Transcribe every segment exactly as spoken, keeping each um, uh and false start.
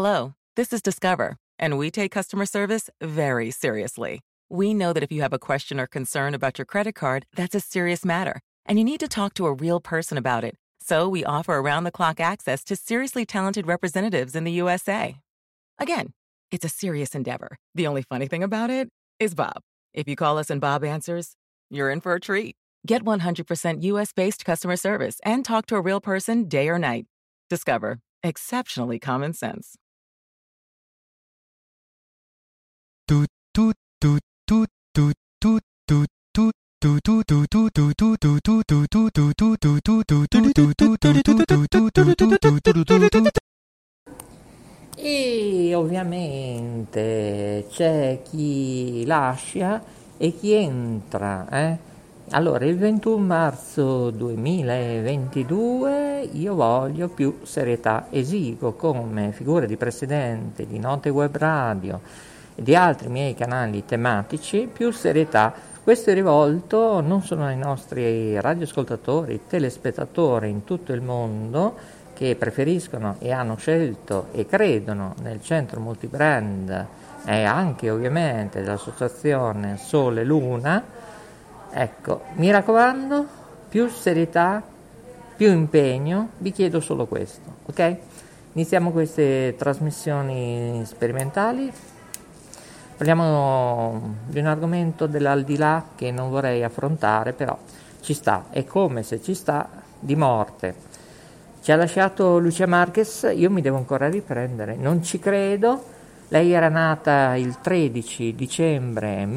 Hello, this is Discover, and we take customer service very seriously. We know that if you have a question or concern about your credit card, that's a serious matter, and you need to talk to a real person about it. So we offer around-the-clock access to seriously talented representatives in the U S A. Again, it's a serious endeavor. The only funny thing about it is Bob. If you call us and Bob answers, you're in for a treat. Get one hundred percent U S-based customer service and talk to a real person day or night. Discover. Exceptionally common sense. E ovviamente c'è chi lascia e chi entra, eh? Allora, il ventuno marzo duemilaventidue io voglio più serietà. Esigo come figura di presidente di Note Web Radio e di altri miei canali tematici più serietà. Questo è rivolto non solo ai nostri radioascoltatori, telespettatori in tutto il mondo che preferiscono e hanno scelto e credono nel centro multibrand e anche ovviamente dell'associazione Sole Luna. Ecco, mi raccomando, più serietà, più impegno, vi chiedo solo questo, ok? Iniziamo queste trasmissioni sperimentali, parliamo di un argomento dell'aldilà che non vorrei affrontare, però ci sta, è come se ci sta, di morte. Ci ha lasciato Lucia Marquez, io mi devo ancora riprendere, non ci credo. Lei era nata il tredici dicembre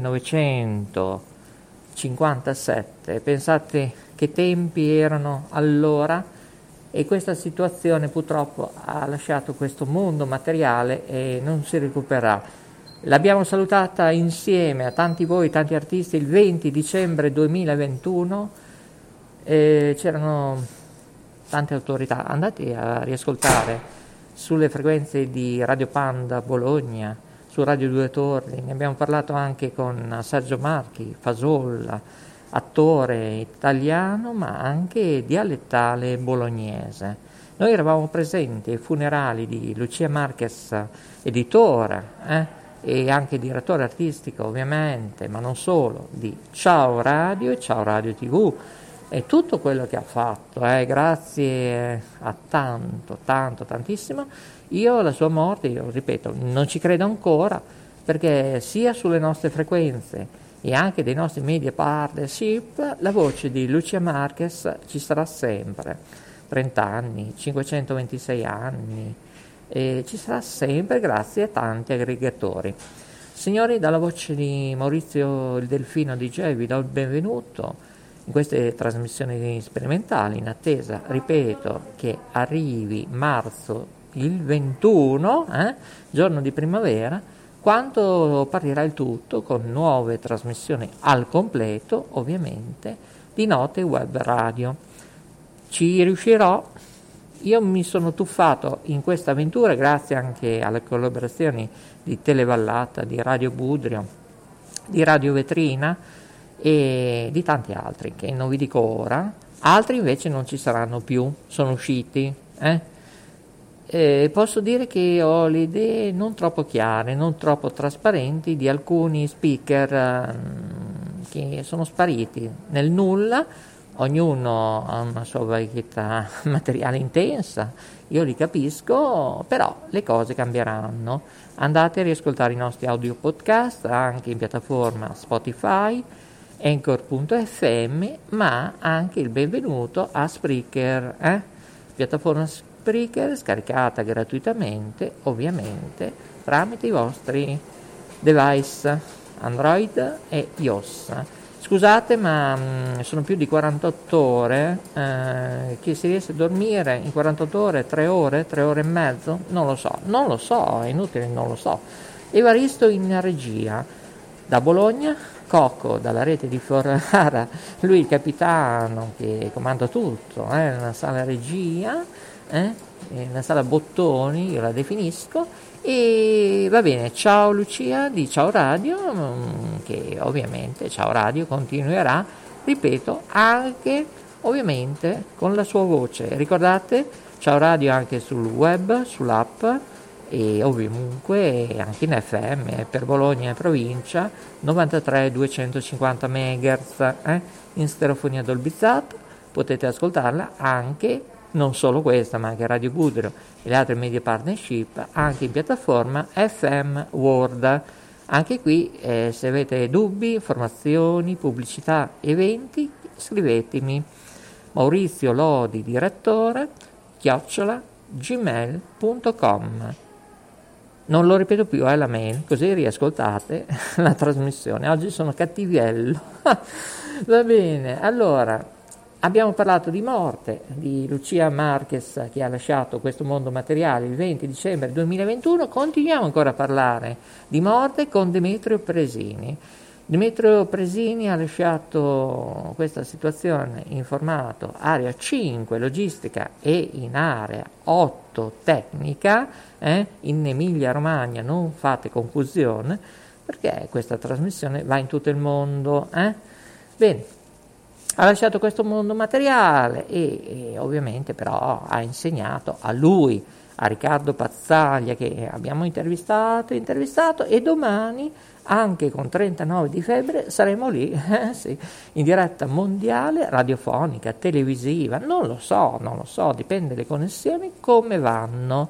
millenovecentocinquantasette, pensate che tempi erano allora, e questa situazione purtroppo ha lasciato questo mondo materiale e non si recupererà. L'abbiamo salutata insieme a tanti voi, tanti artisti, il venti dicembre duemilaventuno, e c'erano tante autorità. Andate a riascoltare sulle frequenze di Radio Panda Bologna, su Radio Due Torri, ne abbiamo parlato anche con Sergio Marchi, Fasolla, attore italiano ma anche dialettale bolognese. Noi eravamo presenti ai funerali di Lucia Marquez, editore eh, e anche direttore artistico ovviamente, ma non solo, di Ciao Radio e Ciao Radio tivù. E tutto quello che ha fatto, eh, grazie a tanto, tanto, tantissimo. Io alla sua morte, io ripeto, non ci credo ancora, perché sia sulle nostre frequenze e anche dei nostri media partnership, la voce di Lucia Marquez ci sarà sempre. trenta anni, cinquecentoventisei anni, e ci sarà sempre grazie a tanti aggregatori. Signori, dalla voce di Maurizio il Delfino D J vi do il benvenuto in queste trasmissioni sperimentali, in attesa, ripeto, che arrivi marzo il ventuno, eh, giorno di primavera, quando partirà il tutto con nuove trasmissioni al completo, ovviamente, di Note Web Radio. Ci riuscirò? Io mi sono tuffato in questa avventura grazie anche alle collaborazioni di Televallata, di Radio Budrio, di Radio Vetrina e di tanti altri che non vi dico ora. Altri invece non ci saranno più, sono usciti. Eh? E posso dire che ho le idee non troppo chiare, non troppo trasparenti di alcuni speaker um, che sono spariti nel nulla. Ognuno ha una sua varietà materiale intensa, io li capisco, però le cose cambieranno. Andate a riascoltare i nostri audio podcast anche in piattaforma Spotify, Anchor punto effe emme, ma anche il benvenuto a Spreaker, eh? piattaforma Spreaker scaricata gratuitamente, ovviamente, tramite i vostri device Android e iOS. Scusate, ma mh, sono più di quarantotto ore, eh, che si riesce a dormire in quarantotto ore, tre ore, tre ore e mezzo? Non lo so, non lo so, è inutile, non lo so. Evaristo in regia, da Bologna, Cocco dalla rete di Ferrara, lui il capitano che comanda tutto, eh, nella sala regia, eh, nella sala bottoni, io la definisco, e va bene, ciao Lucia di Ciao Radio, che ovviamente Ciao Radio continuerà, ripeto, anche ovviamente con la sua voce. Ricordate, Ciao Radio anche sul web, sull'app, e ovunque anche in F M per Bologna e provincia novantatré duecentocinquanta megahertz, eh? in stereofonia dolbizzata. Potete ascoltarla anche, non solo questa, ma anche Radio Gudero e le altre media partnership, anche in piattaforma F M World. Anche qui, eh, se avete dubbi, informazioni, pubblicità, eventi, scrivetemi. Maurizio Lodi, direttore, chiocciola gmail punto com. Non lo ripeto più, è la mail, così riascoltate la trasmissione. Oggi sono cattivello. Va bene, allora, abbiamo parlato di morte, di Lucia Marquez che ha lasciato questo mondo materiale il venti dicembre duemilaventuno. Continuiamo ancora a parlare di morte con Demetrio Presini. Demetrio Presini ha lasciato questa situazione in formato area cinque logistica e in area otto tecnica, eh? in Emilia Romagna, non fate confusione, perché questa trasmissione va in tutto il mondo. Eh? Bene, ha lasciato questo mondo materiale e, e ovviamente però ha insegnato a lui, a Riccardo Pazzaglia che abbiamo intervistato, intervistato e domani anche con trentanove di febbre saremo lì, eh, sì, in diretta mondiale, radiofonica, televisiva, non lo so, non lo so, dipende le connessioni come vanno,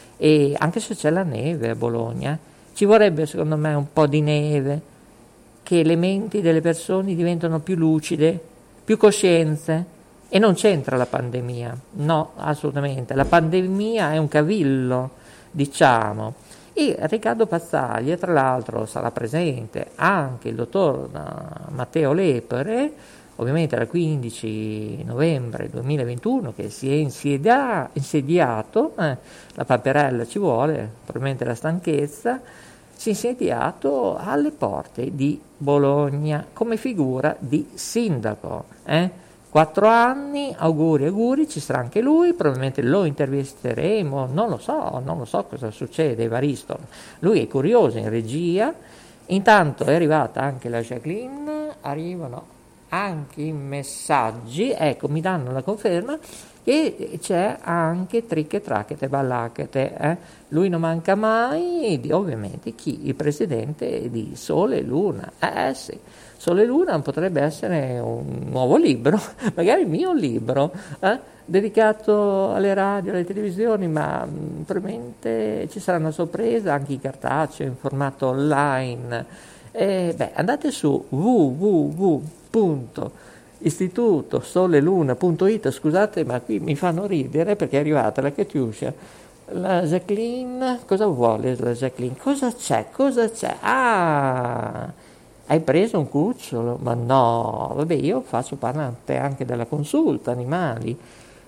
e anche se c'è la neve a Bologna, ci vorrebbe secondo me un po' di neve, che le menti delle persone diventano più lucide, più coscienze, e non c'entra la pandemia, no, assolutamente, la pandemia è un cavillo, diciamo. E Riccardo Pazzaglia, tra l'altro, sarà presente anche il dottor Matteo Lepore, ovviamente dal quindici novembre duemilaventuno, che si è insedia, insediato, eh, la paperella ci vuole, probabilmente la stanchezza, si è insediato alle porte di Bologna come figura di sindaco. Eh? Quattro anni, auguri, auguri, ci sarà anche lui, probabilmente lo intervisteremo, non lo so, non lo so cosa succede, Evaristo, lui è curioso in regia. Intanto è arrivata anche la Jacqueline, arrivano anche i messaggi, ecco, mi danno la conferma, e c'è anche Tricche, Tracchete, Ballacchete, eh? Lui non manca mai, di, ovviamente, chi? Il presidente di Sole e Luna, eh sì. Sole e Luna potrebbe essere un nuovo libro, magari il mio libro, eh? dedicato alle radio, alle televisioni, ma mh, probabilmente ci sarà una sorpresa anche in cartaceo, in formato online. E, beh, andate su w w w punto istituto sole luna punto it, scusate, ma qui mi fanno ridere perché è arrivata la Catiuscia. La Jacqueline, cosa vuole la Jacqueline? Cosa c'è? Cosa c'è? Ah! Hai preso un cucciolo? Ma no, vabbè, io faccio parte anche della consulta animali.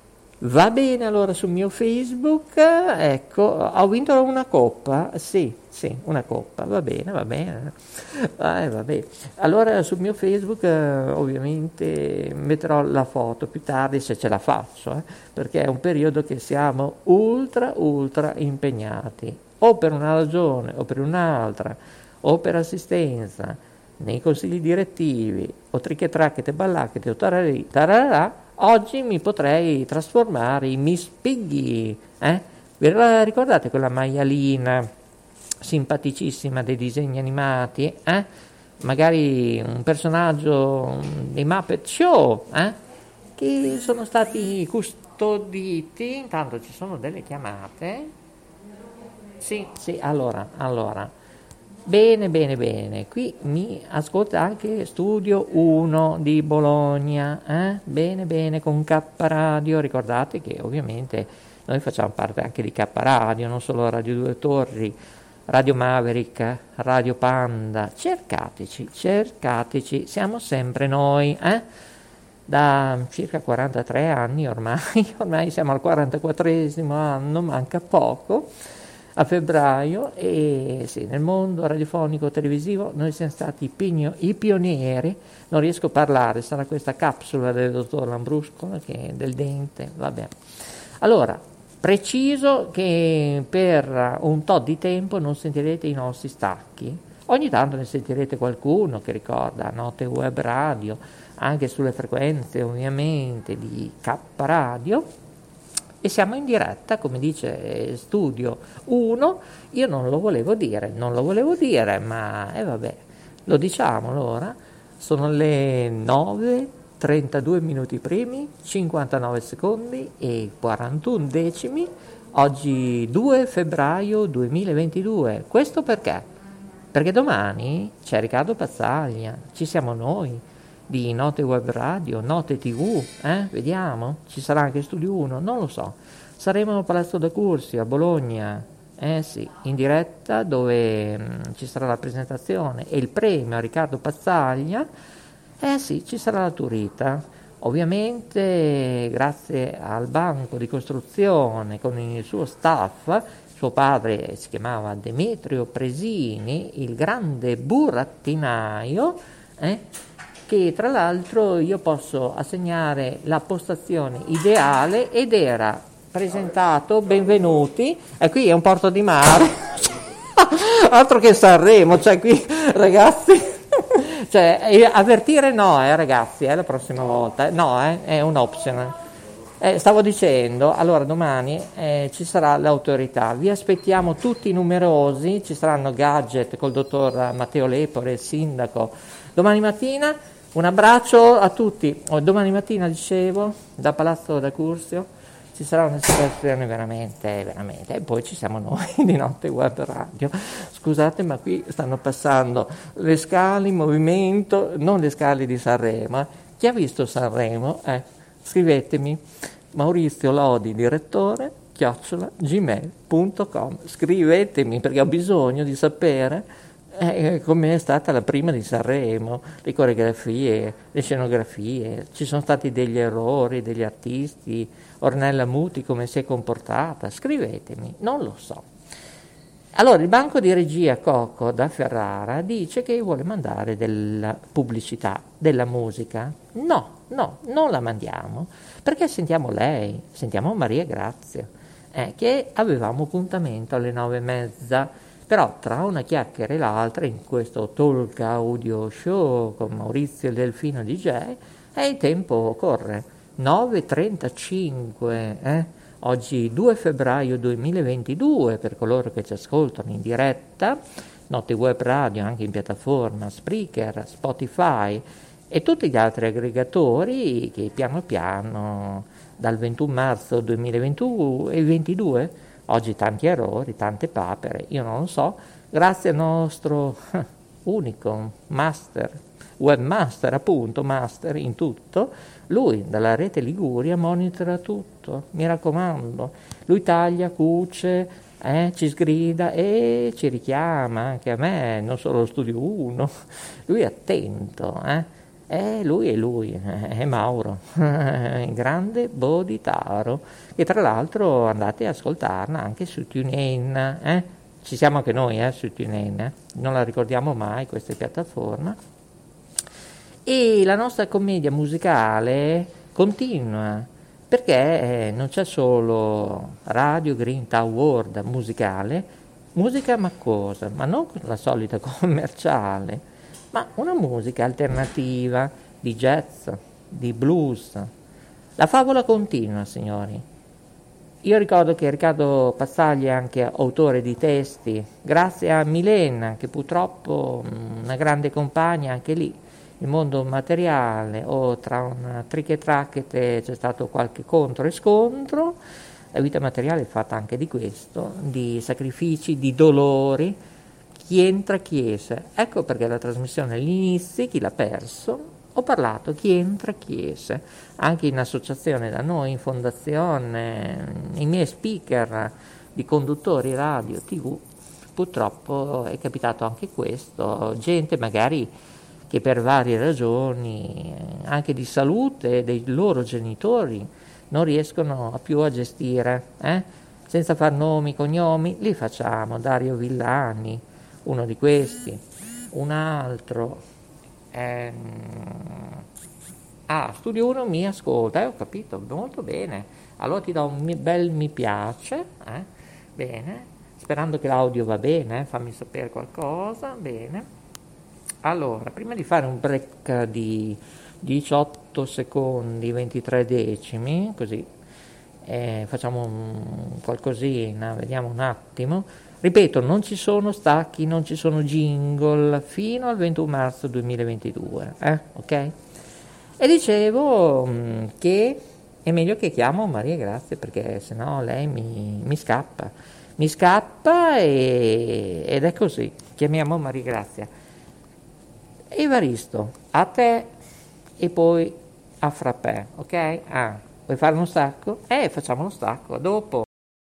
Va bene, allora sul mio Facebook, ecco, ho vinto una coppa, sì, sì, una coppa, va bene, va bene, eh, va bene. Allora sul mio Facebook eh, ovviamente metterò la foto più tardi se ce la faccio, eh, perché è un periodo che siamo ultra, ultra impegnati, o per una ragione o per un'altra, o per assistenza, nei consigli direttivi, o tricche tracchete, ballacchete, o tararì, tararà. Oggi mi potrei trasformare in Miss Piggy, eh? Vi ricordate quella maialina simpaticissima dei disegni animati, eh? Magari un personaggio dei Muppet Show, eh? Che sono stati custoditi. Intanto ci sono delle chiamate. Sì, sì, allora, allora. Bene, bene, bene, qui mi ascolta anche Studio uno di Bologna, eh? Bene, bene, con K Radio, ricordate che ovviamente noi facciamo parte anche di K Radio, non solo Radio Due Torri, Radio Maverick, Radio Panda, cercateci, cercateci, siamo sempre noi, eh? Da circa quarantatré anni ormai, ormai siamo al quarantaquattresimo anno, manca poco, a febbraio, e sì, nel mondo radiofonico televisivo noi siamo stati i, pigno, i pionieri. Non riesco a parlare, sarà questa capsula del dottor Lambrusco che è del dente, vabbè. Allora, preciso che per un tot di tempo non sentirete i nostri stacchi, ogni tanto ne sentirete qualcuno che ricorda Notte Web Radio, anche sulle frequenze ovviamente di K Radio, e siamo in diretta, come dice Studio uno. Io non lo volevo dire, non lo volevo dire, ma eh vabbè, lo diciamo allora. Sono le nove, trentadue minuti primi, cinquantanove secondi e quarantuno decimi, oggi due febbraio duemilaventidue. Questo perché? Perché domani c'è Riccardo Pazzaglia, ci siamo noi di Note Web Radio, Note tivù, eh? Vediamo, ci sarà anche Studio uno, non lo so. Saremo al Palazzo da Curzio a Bologna, eh sì, in diretta, dove mh, ci sarà la presentazione e il premio a Riccardo Pazzaglia. Eh sì, ci sarà la Turita, ovviamente grazie al banco di costruzione con il suo staff. Suo padre si chiamava Demetrio Presini, il grande burattinaio, eh, che tra l'altro io posso assegnare la postazione ideale, ed era presentato, benvenuti, e qui è un porto di mare, altro che Sanremo, cioè qui ragazzi, cioè avvertire no, eh, ragazzi, eh, la prossima volta, no, eh, è un optional. Eh, stavo dicendo, allora domani eh, ci sarà l'autorità, vi aspettiamo tutti numerosi, ci saranno gadget col dottor Matteo Lepore, il sindaco, domani mattina. Un abbraccio a tutti. Oh, domani mattina, dicevo, da Palazzo da Curzio ci sarà una situazione veramente, veramente, e poi ci siamo noi di Note Web Radio. Scusate, ma qui stanno passando le scale in movimento, non le scale di Sanremo. Chi ha visto Sanremo? Eh, scrivetemi. Maurizio Lodi, direttore, chiocciola gmail punto com. Scrivetemi, perché ho bisogno di sapere Eh, come è stata la prima di Sanremo, le coreografie, le scenografie, ci sono stati degli errori degli artisti, Ornella Muti come si è comportata, scrivetemi, non lo so. Allora il banco di regia Coco da Ferrara dice che vuole mandare della pubblicità, della musica. No, no, non la mandiamo, perché sentiamo lei, sentiamo Maria Grazia, eh, che avevamo appuntamento alle nove e mezza. Però tra una chiacchiera e l'altra, in questo talk audio show con Maurizio il Delfino D J, e il tempo corre. nove e trentacinque, eh? Oggi due febbraio duemilaventidue, per coloro che ci ascoltano in diretta, Note Web Radio, anche in piattaforma Spreaker, Spotify e tutti gli altri aggregatori che piano piano dal ventuno marzo duemilaventidue, oggi tanti errori, tante papere, io non lo so, grazie al nostro unico master, webmaster appunto, master in tutto, lui dalla rete Liguria monitora tutto, mi raccomando, lui taglia, cuce, eh, ci sgrida e ci richiama anche a me, non solo lo Studio uno, lui è attento, eh. E lui è lui, è Mauro, il grande Boditaro, che tra l'altro andate ad ascoltarla anche su TuneIn, eh? Ci siamo anche noi eh, su TuneIn, eh? Non la ricordiamo mai queste piattaforme. E la nostra commedia musicale continua, perché eh, non c'è solo Radio Green Award musicale, musica ma cosa? Ma non la solita commerciale, ma una musica alternativa, di jazz, di blues. La favola continua, signori. Io ricordo che Riccardo Pazzaglia è anche autore di testi, grazie a Milena, che purtroppo una grande compagna anche lì, il mondo materiale, o tra una triche e tracchete c'è stato qualche contro e scontro. La vita materiale è fatta anche di questo, di sacrifici, di dolori. Chi entra chiese, ecco perché la trasmissione all'inizio, chi l'ha perso, ho parlato, chi entra chiese, anche in associazione da noi, in fondazione, i miei speaker di conduttori radio, tivù, purtroppo è capitato anche questo, gente magari che per varie ragioni, anche di salute dei loro genitori, non riescono più a gestire, eh? Senza far nomi, cognomi, li facciamo, Dario Villani, uno di questi, un altro, ehm, ah, Studio uno mi ascolta, eh, ho capito, molto bene, allora ti do un mi, bel mi piace, eh? Bene, sperando che l'audio va bene, eh? Fammi sapere qualcosa, bene. Allora, prima di fare un break di diciotto secondi, ventitré decimi, così, eh, facciamo un qualcosina, vediamo un attimo. Ripeto, non ci sono stacchi, non ci sono jingle fino al ventuno marzo duemilaventidue, eh? Ok? E dicevo mh, che è meglio che chiamo Maria Grazia, perché sennò lei mi, mi scappa, mi scappa e, ed è così, chiamiamo Maria Grazia. Evaristo, a te e poi a Frappè, ok? Ah, vuoi fare uno stacco? Eh, facciamo uno stacco, a dopo.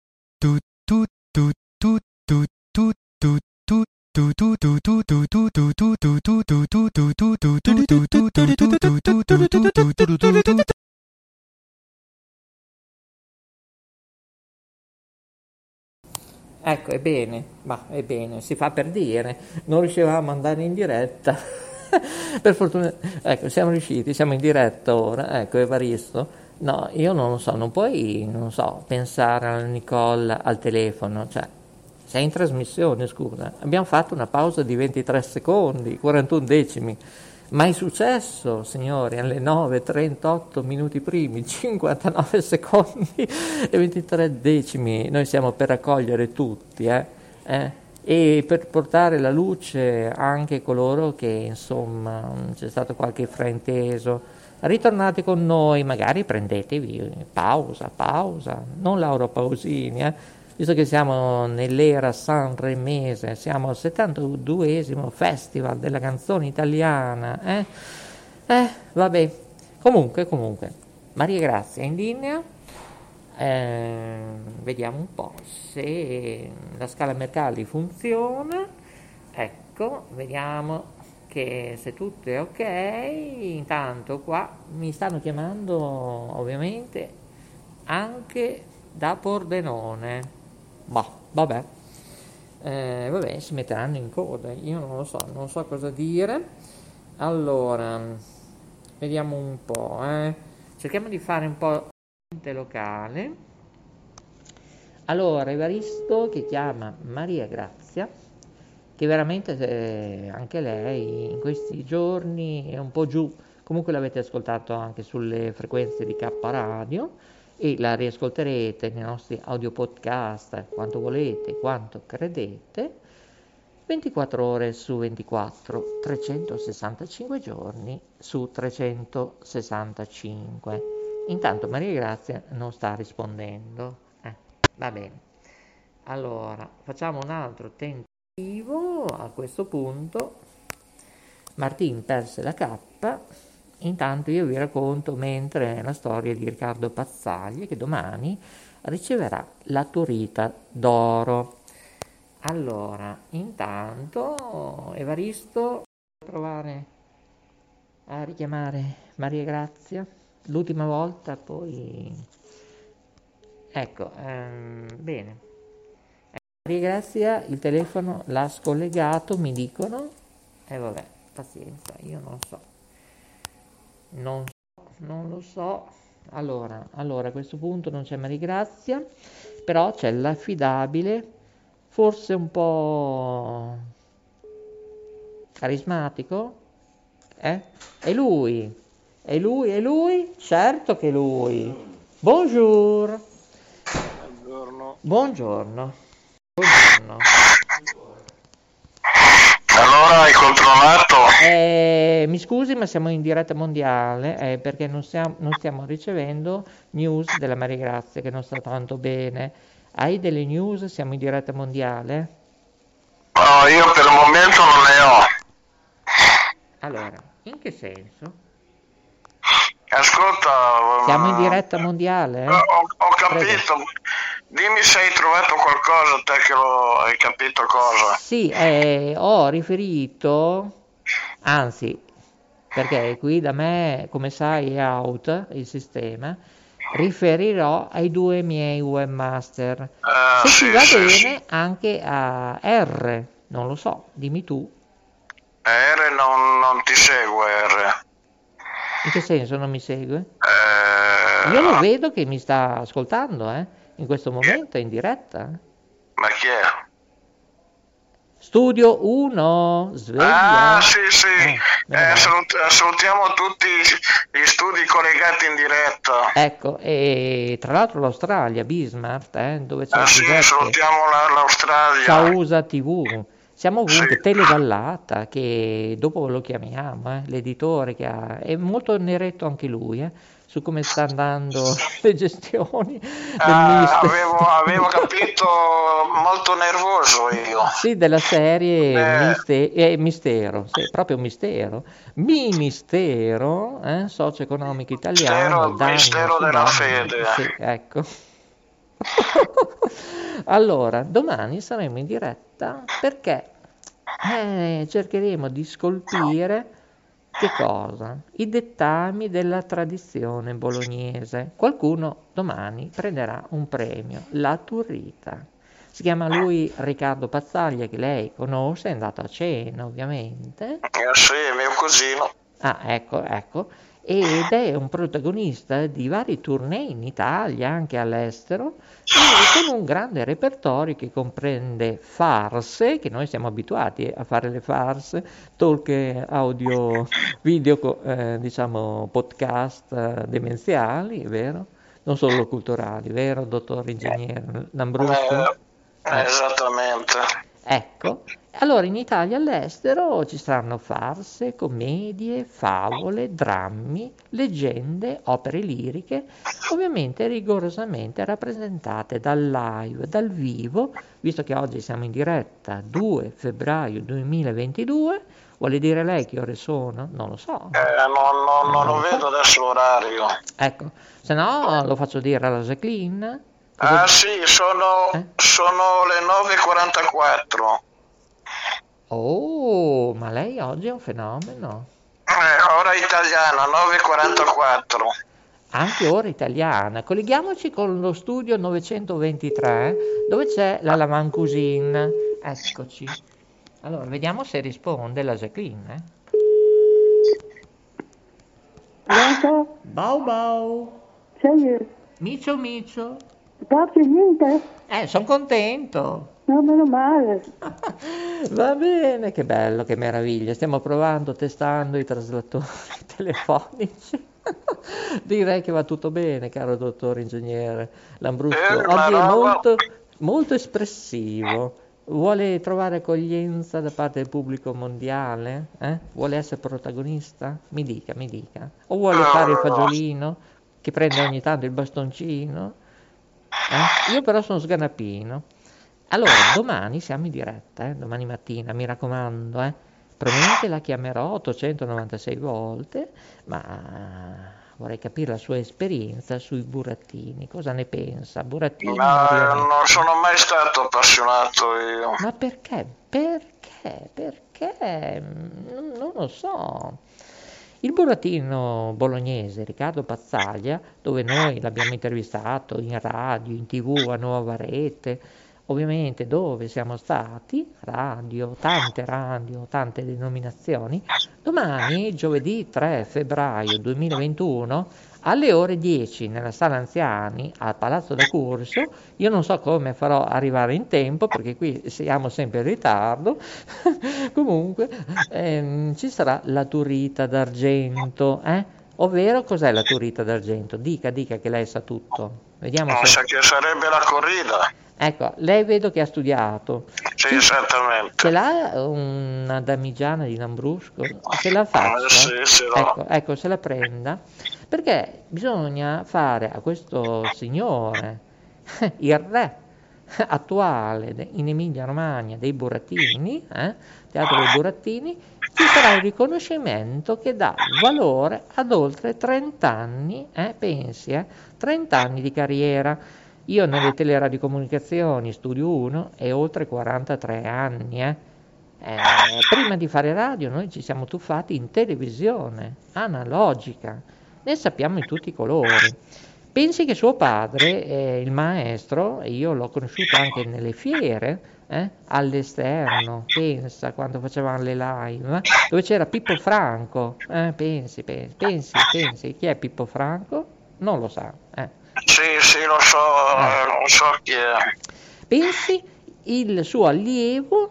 Ecco, è bene, ma è bene, si fa per dire, non riuscivamo ad andare in diretta. Per fortuna, ecco, siamo riusciti, siamo in diretta ora, ecco, Evaristo. No, io non lo so, non puoi, non so, pensare alla Nicole al telefono, cioè, sei in trasmissione, scusa. Abbiamo fatto una pausa di ventitré secondi, quarantuno decimi. Mai successo, signori, alle nove e trentotto minuti primi, cinquantanove secondi e ventitré decimi. Noi siamo per raccogliere tutti, eh? eh? E per portare la luce anche coloro che, insomma, c'è stato qualche frainteso. Ritornate con noi, magari prendetevi pausa, pausa, non Laura Pausini, eh? Visto che siamo nell'era sanremese, siamo al settantaduesimo Festival della canzone italiana, eh? Eh, vabbè, comunque, comunque, Maria Grazia in linea, eh, vediamo un po' se la scala Mercalli funziona, ecco, vediamo che se tutto è ok, intanto qua mi stanno chiamando ovviamente anche da Pordenone. Bah, vabbè. Eh, vabbè, si metteranno in coda, io non lo so, non so cosa dire. Allora, vediamo un po', eh. Cerchiamo di fare un po' locale. Allora, Evaristo che chiama Maria Grazia, che veramente eh, anche lei in questi giorni è un po' giù. Comunque l'avete ascoltato anche sulle frequenze di K Radio e la riascolterete nei nostri audio podcast quanto volete, quanto credete, ventiquattro ore su ventiquattro, trecentosessantacinque giorni su trecentosessantacinque. Intanto Maria Grazia non sta rispondendo. Eh, va bene. Allora, facciamo un altro tentativo. A questo punto Martin perse la cappa. Intanto io vi racconto mentre la storia di Riccardo Pazzagli, che domani riceverà la Turita d'oro. Allora, intanto Evaristo, provare a richiamare Maria Grazia l'ultima volta, poi ecco, ehm, bene. Maria Grazia il telefono l'ha scollegato, mi dicono, e eh, vabbè, pazienza, io non so. Non so, non lo so. Allora, allora, a questo punto non c'è Maria Grazia, però c'è l'affidabile, forse un po' carismatico, eh? È lui, è lui, è lui? Certo che è lui. Buongiorno. Buongiorno. Buongiorno. Buongiorno. Allora hai controllato? Eh, mi scusi, ma siamo in diretta mondiale eh, perché non stiamo, non stiamo ricevendo news della Maria Grazia che non sta tanto bene. Hai delle news? Siamo in diretta mondiale? No, io per il momento non ne ho. Allora, in che senso? Ascolta. Siamo in diretta mondiale? Eh? Ho, ho capito. Prego. Dimmi se hai trovato qualcosa, te che lo hai capito cosa. Sì, eh, ho riferito, anzi, perché qui da me, come sai, è out il sistema, riferirò ai due miei webmaster. Uh, Se sì, ti va sì, bene, sì. anche a R, non lo so, dimmi tu. R non, non ti segue, R. In che senso non mi segue? Eh, Io lo vedo che mi sta ascoltando, eh, in questo momento, è in diretta. Ma chi è? Studio uno, sveglia. Ah, sì, sì. Eh, meno Eh, male. salut- salutiamo tutti gli studi collegati in diretta. Ecco, e tra l'altro l'Australia, Bismarck, eh, dove c'è Ah, sì, Giuseppe, salutiamo la- l'Australia. Sausa tivù, siamo ovunque, Sì. Televallata, che dopo lo chiamiamo, eh, l'editore che ha, è molto neretto anche lui, eh, su come sta andando le gestioni del Ah, Ministero. avevo, avevo capito, molto nervoso io. Sì, della serie Eh, miste- eh, Mistero, sì, proprio Mistero, Ministero eh, socio-economico italiano, mistero, danni mistero su della danni, fede. sì, ecco. Allora, domani saremo in diretta perché eh, cercheremo di scolpire che cosa? I dettami della tradizione bolognese. Qualcuno domani prenderà un premio, la Turrita. Si chiama lui Riccardo Pazzaglia, che lei conosce, è andato a cena ovviamente. Eh, sì, mio cugino. Ah, ecco, ecco. Ed è un protagonista di vari tournée in Italia, anche all'estero, e con un grande repertorio che comprende farse, che noi siamo abituati a fare le farse, talk audio, video, co- eh, diciamo podcast eh, demenziali, vero? Non solo culturali, vero, dottor ingegnere Lambrusco? Eh, Eh. esattamente. Ecco, allora in Italia e all'estero ci saranno farse, commedie, favole, drammi, leggende, opere liriche, ovviamente rigorosamente rappresentate dal live, dal vivo, visto che oggi siamo in diretta due febbraio duemilaventidue, vuole dire lei che ore sono? Non lo so. Eh, non, non- non Non lo lo so. vedo adesso l'orario. Ecco, se no lo faccio dire alla Jacqueline. Cosa- Ah sì, sono, Eh? sono le nove e quarantaquattro. Oh, ma lei oggi è un fenomeno. Eh, ora italiana, nove e quarantaquattro. Anche ora italiana. Colleghiamoci con lo studio novecentoventitré, dove c'è la Lavand Cuisine. Eccoci. Allora, vediamo se risponde la Jacqueline. Pronto? Bau bau. Sei Micio micio. proprio niente? Eh, sono contento. No, meno male. Va bene, che bello, che meraviglia. Stiamo provando, testando i traslatori telefonici. Direi che va tutto bene, caro dottor ingegnere Lambrusco. Eh, Oggi ma è no, molto, molto espressivo. Vuole trovare accoglienza da parte del pubblico mondiale? Eh? Vuole essere protagonista? Mi dica, mi dica. O vuole no, fare il no, no. fagiolino che prende ogni tanto il bastoncino? Eh? Io però sono sganapino. Allora, domani siamo in diretta, eh? Domani mattina, mi raccomando, eh? Probabilmente la chiamerò ottocentonovantasei volte, ma vorrei capire la sua esperienza sui burattini. Cosa ne pensa? Burattini Ma o eh, rionetti? non sono mai stato appassionato io. Ma perché? Perché? Perché? Non, non lo so. Il burattino bolognese Riccardo Pazzaglia, dove noi l'abbiamo intervistato in radio, in tv, a Nuova Rete, ovviamente dove siamo stati, radio, tante radio, tante denominazioni, domani, giovedì tre febbraio duemilaventuno, alle ore dieci nella sala anziani al Palazzo da Curzio. Io non so come farò arrivare in tempo perché qui siamo sempre in ritardo. Comunque ehm, ci sarà la Turrita d'argento, eh? Ovvero cos'è la Turrita d'argento? Dica, dica che lei sa tutto. Vediamo Non se... sa che sarebbe la corrida. Ecco, lei vedo che ha studiato. Sì, Sì, esattamente. ce l'ha una damigiana di Lambrusco? Se la faccia, Eh, sì, ce l'ho. ecco, ecco, se la prenda, perché bisogna fare a questo signore, il re attuale de- in Emilia-Romagna dei burattini, eh, Teatro dei Burattini, ci sarà il riconoscimento che dà valore ad oltre trenta anni, eh, pensi, eh, trenta anni di carriera. Io nelle teleradiocomunicazioni studio uno e oltre quarantatré anni, eh. Eh, prima di fare radio noi ci siamo tuffati in televisione analogica, ne sappiamo di tutti i colori. Pensi che suo padre, eh, il maestro, e io l'ho conosciuto anche nelle fiere, eh, all'esterno, pensa, quando facevamo le live, eh, dove c'era Pippo Franco, eh, pensi, pensi, pensi, pensi, chi è Pippo Franco? Non lo sa, eh. Sì, sì, lo so, Ah. eh, non so chi è. Pensi il suo allievo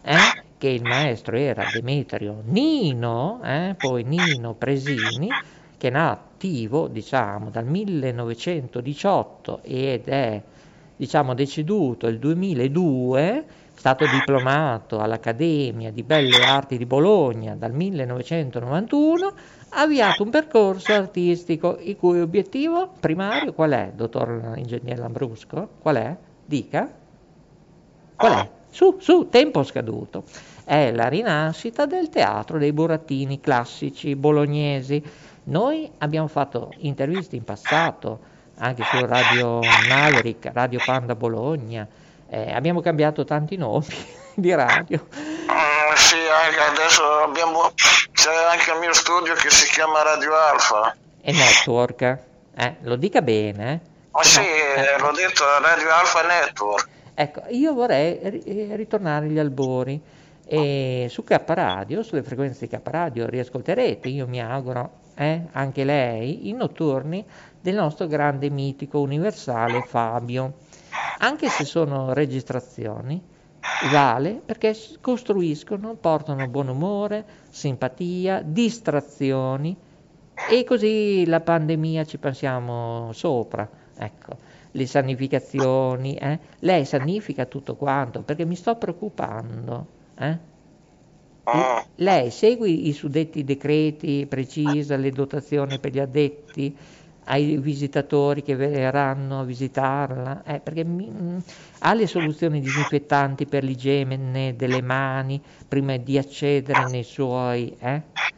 eh, che il maestro era Demetrio Nino, eh, poi Nino Presini, che è attivo, diciamo, dal millenovecentodiciotto ed è, diciamo, deceduto il duemiladue, è stato diplomato all'Accademia di Belle Arti di Bologna dal millenovecentonovantuno, ha avviato un percorso artistico il cui obiettivo primario qual è, dottor Ingegner Lambrusco? Qual è? Dica. Qual è? Su, su, tempo scaduto. È la rinascita del teatro dei burattini classici bolognesi. Noi abbiamo fatto interviste in passato, anche su Radio Maverick, Radio Panda Bologna, eh, abbiamo cambiato tanti nomi di radio. Mm, sì, anche adesso abbiamo, c'è anche il mio studio che si chiama Radio Alfa. E Network, eh, lo dica bene. Ma eh. sì, No, eh. l'ho detto, Radio Alfa Network. Ecco, io vorrei ri- ritornare agli albori. E su K Radio, sulle frequenze di K Radio, riascolterete, io mi auguro, eh, anche lei, i notturni del nostro grande mitico universale Fabio. Anche se sono registrazioni, vale perché costruiscono, portano buon umore, simpatia, distrazioni, e così la pandemia ci passiamo sopra, ecco. Le sanificazioni, eh? Lei sanifica tutto quanto, perché mi sto preoccupando, eh? Ah. Lei segue i suddetti decreti, precisa le dotazioni per gli addetti, ai visitatori che verranno a visitarla, eh, perché mi, mh, ha le soluzioni disinfettanti per l'igiene delle mani prima di accedere nei suoi eh,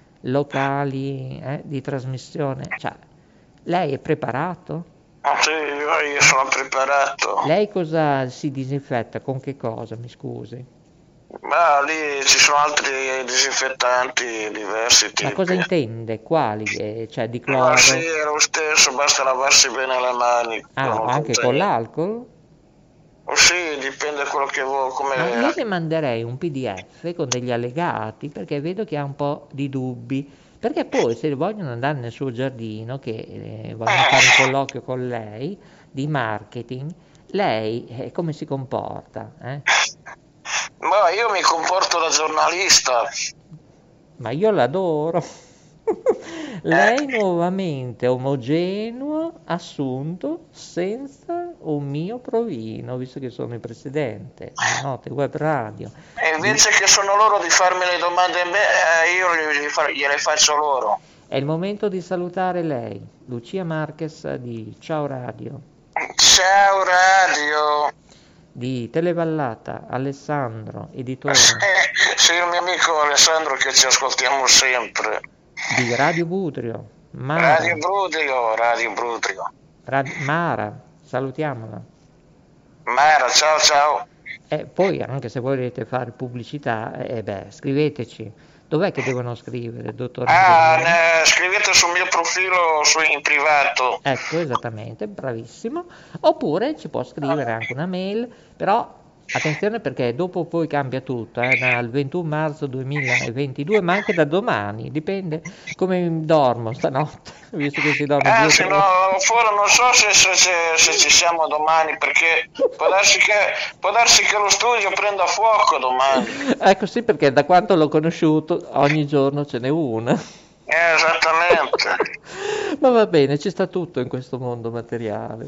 locali eh, di trasmissione. Cioè, lei è preparato? Ah, sì, io, io sono preparato. Lei cosa si disinfetta? Con che cosa, mi scusi? Ma lì ci sono altri disinfettanti diversi tipi. Ma cosa intende? Quali? Eh, cioè di cloro? Ma sì, è lo stesso, basta lavarsi bene le mani. Ah, non anche contiene- con l'alcol? Oh, sì, dipende da quello che vuoi. Come... Ma io le manderei un P D F con degli allegati perché vedo che ha un po' di dubbi. Perché poi se vogliono andare nel suo giardino, che eh, vogliono fare un colloquio con lei di marketing, lei eh, come si comporta? Eh? Ma io mi comporto da giornalista. Ma io l'adoro. Lei nuovamente omogeneo, assunto, senza un mio provino, visto che sono il presidente di Note Web Radio. E invece che sono loro di farmi le domande a me, eh, io gliele, fa- gliele faccio loro. È il momento di salutare lei, Lucia Marquez di Ciao Radio, Ciao Radio. di Televallata, Alessandro, editore, Eh, sì, il mio amico Alessandro che ci ascoltiamo sempre. di Radio Budrio, Mara, Radio Brudrio, Radio Brudrio. Rad- Mara, salutiamola. Mara, ciao ciao. E poi anche se volete fare pubblicità, eh, beh, scriveteci. Dov'è che devono scrivere, dottor Ah, Ingegnere? ne- scrivete sul mio profilo su, in privato. Ecco, esattamente, bravissimo. Oppure ci può scrivere anche una mail, però attenzione perché dopo poi cambia tutto, eh, dal ventuno marzo duemilaventidue, ma anche da domani, dipende come dormo stanotte, visto che si dorme due Anzi, tre no, fuori non so se, se- se- se ci siamo domani, perché può darsi, che, può darsi che lo studio prenda fuoco domani. Ecco sì, perché da quanto l'ho conosciuto ogni giorno ce n'è una. Eh, esattamente. Ma va bene, ci sta tutto in questo mondo materiale.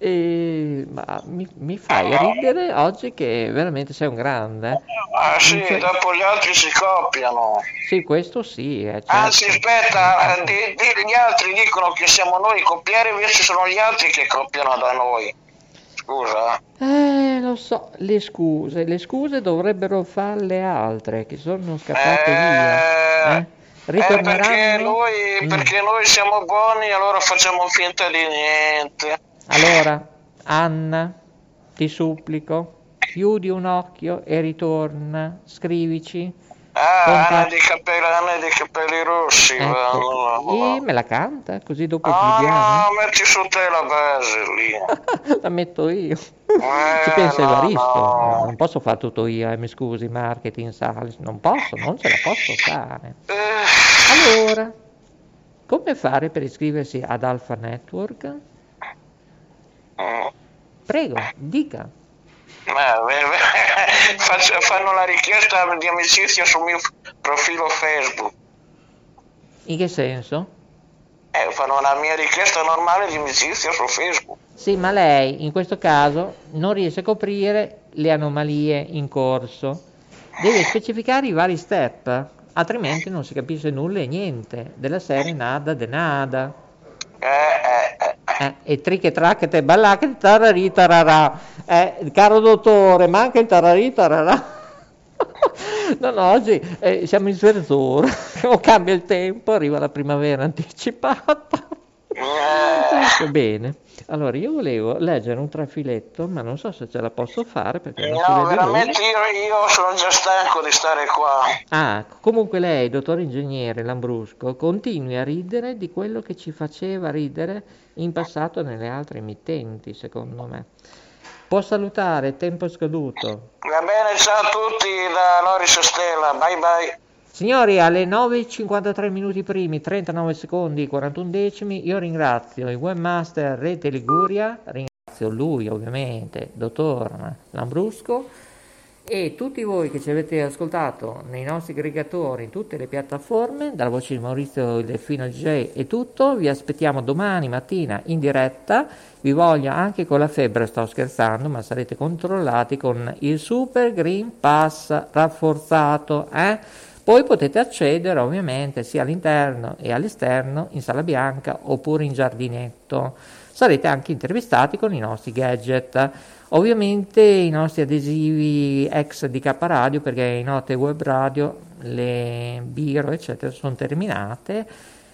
E, ma mi, mi fai ridere oggi che veramente sei un grande. eh? Ah, sì, Non c'è- dopo gli altri si copiano. Sì, questo sì, eh, certo. Anzi, aspetta, eh, di- di- gli altri dicono che siamo noi i copieri, invece sono gli altri che copiano da noi. Scusa. Eh, lo so, le scuse, le scuse dovrebbero farle altre che sono scappate via. Eh, Eh? eh, perché Ritorneranno? noi, Mm. perché noi siamo buoni, allora facciamo finta di niente. Allora, Anna, ti supplico, chiudi un occhio e ritorna, scrivici. Ah, Contatto- Anna dei capelli, Anna dei capelli rossi. va, Ecco, va, va. e me la canta, così dopo Ah, chiudiamo. no, metti su te la base lì. La metto io. Eh, Ci pensa no, Evaristo. no. Non posso fare tutto io, eh, mi scusi, marketing, sales. Non posso, non ce la posso fare. Eh, Allora, come fare per iscriversi ad Alpha Network? mm. Prego, dica. Ma, eh, eh, faccio- fanno la richiesta di amicizia sul mio f- profilo Facebook. In che senso? Eh, fanno la mia richiesta normale di amicizia su Facebook. Sì, ma lei in questo caso non riesce a coprire le anomalie in corso. Deve specificare i vari step, altrimenti non si capisce nulla e niente. Della serie nada de nada. Eh, eh, eh. Eh, e triche tracchete ballacche tararì tararà. Eh, caro dottore, manca il tararì tararà. No, no, oggi eh, siamo in sverzura. O cambia il tempo, arriva la primavera anticipata. Eh, Ecco, bene. Allora, io volevo leggere un trafiletto, ma non so se ce la posso fare perché non si no, vede nulla. veramente io, io sono già stanco di stare qua. Ah, comunque lei, dottor ingegnere Lambrusco, continui a ridere di quello che ci faceva ridere in passato nelle altre emittenti, secondo me. Può salutare, tempo scaduto. Va bene, ciao a tutti da Loris Stella, bye bye. Signori, alle nove e cinquantatré minuti primi, trentanove secondi, quarantuno decimi, io ringrazio il webmaster Rete Liguria, ringrazio lui ovviamente, dottor Lambrusco, e tutti voi che ci avete ascoltato nei nostri aggregatori in tutte le piattaforme, dalla voce di Maurizio il Delfino D J è tutto, vi aspettiamo domani mattina in diretta, vi voglio anche con la febbre, sto scherzando, ma sarete controllati con il Super Green Pass rafforzato, eh? Poi potete accedere ovviamente sia all'interno e all'esterno in sala bianca oppure in giardinetto. Sarete anche intervistati con i nostri gadget. Ovviamente i nostri adesivi ex di K Radio, perché in note web radio le biro eccetera sono terminate.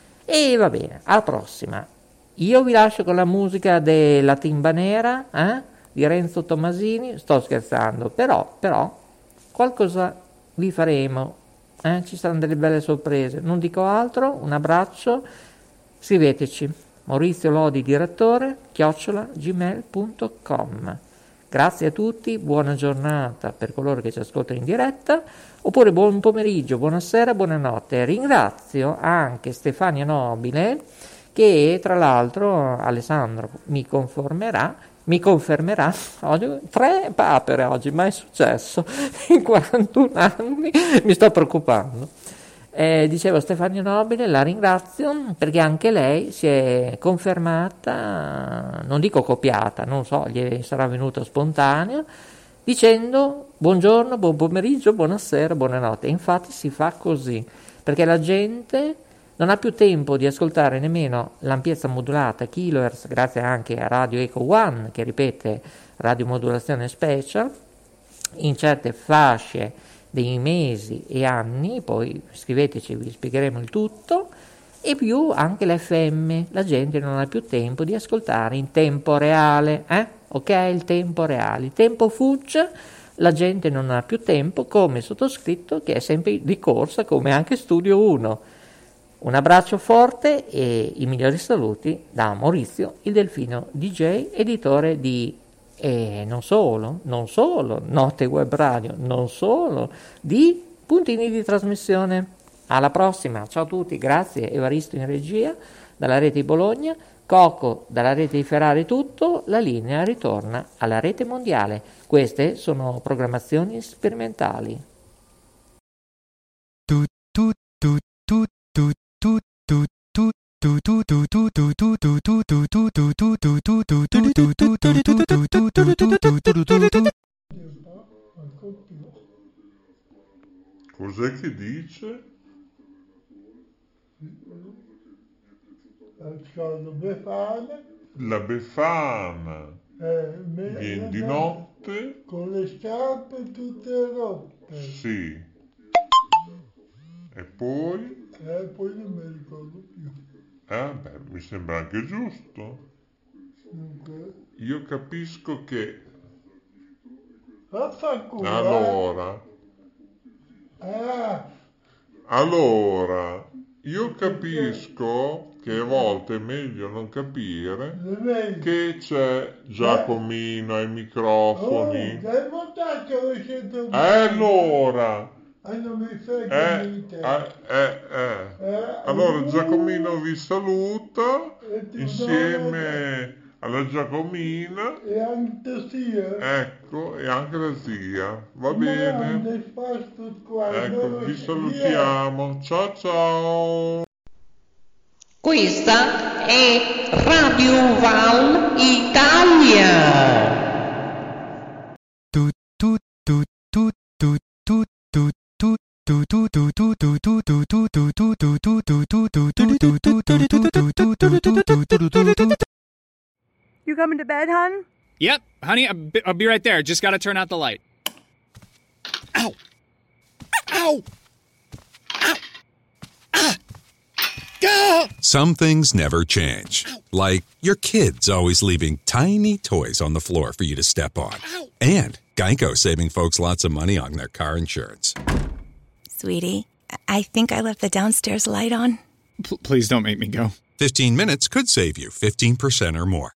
E va bene, alla prossima. Io vi lascio con la musica della Timba Nera eh? di Renzo Tommasini. Sto scherzando, però, però qualcosa vi faremo. Eh, ci saranno delle belle sorprese, non dico altro, un abbraccio, scriveteci Maurizio Lodi direttore chiocciola gmail punto com. Grazie a tutti, buona giornata per coloro che ci ascoltano in diretta, oppure buon pomeriggio, buonasera, buonanotte. Ringrazio anche Stefania Nobile che tra l'altro Alessandro mi conformerà mi confermerà, oggi, tre papere oggi, mai successo, in quarantuno anni, mi sto preoccupando. Eh, dicevo Stefania Nobile, la ringrazio perché anche lei si è confermata, non dico copiata, non so, gli sarà venuto spontaneo, dicendo buongiorno, buon pomeriggio, buonasera, buonanotte. E infatti si fa così, perché la gente non ha più tempo di ascoltare nemmeno l'ampiezza modulata kilohertz, grazie anche a Radio Eco One, che ripete radiomodulazione special, in certe fasce dei mesi e anni, poi scriveteci, vi spiegheremo il tutto, e più anche l'F M, la gente non ha più tempo di ascoltare in tempo reale, eh? Ok, il tempo reale, il tempo fugge, la gente non ha più tempo, come sottoscritto che è sempre di corsa, come anche Studio uno. Un abbraccio forte e i migliori saluti da Maurizio il Delfino D J, editore di e non solo, non solo Note Web Radio, non solo di puntini di trasmissione. Alla prossima, ciao a tutti, grazie Evaristo in regia dalla rete di Bologna, Coco dalla rete di Ferrari tutto, la linea ritorna alla rete mondiale. Queste sono programmazioni sperimentali. Cos'è che dice? La Befana Eh, viene di notte? con le scarpe tutte rotte. Sì. E poi? E poi non mi ricordo più. Eh, beh, mi sembra anche giusto. Dunque, Io capisco che vaffanculo. allora, eh. Ah, allora, io capisco che a volte è meglio non capire non è... che c'è Giacomino ai Oh, microfoni. dai montaggio lo sento E allora, Ah, non mi frega eh, niente. eh, eh, eh. Eh, Allora uh, Giacomino vi saluta e tu insieme alla Giacomina, e anche sia. ecco, e anche la zia. Va Ma bene? grande spazio qua, Ecco, loro vi sia. salutiamo. Ciao ciao. Questa è Radio Val Italia. You coming to bed, hon? Yep, honey, I'll be, I'll be right there. Just gotta turn out the light. Ow! Ow! Ow! Ah! Ah! Some things never change. Like your kids always leaving tiny toys on the floor for you to step on. And Geico saving folks lots of money on their car insurance. Sweetie, I think I left the downstairs light on. P- please don't make me go. fifteen minutes could save you fifteen percent or more.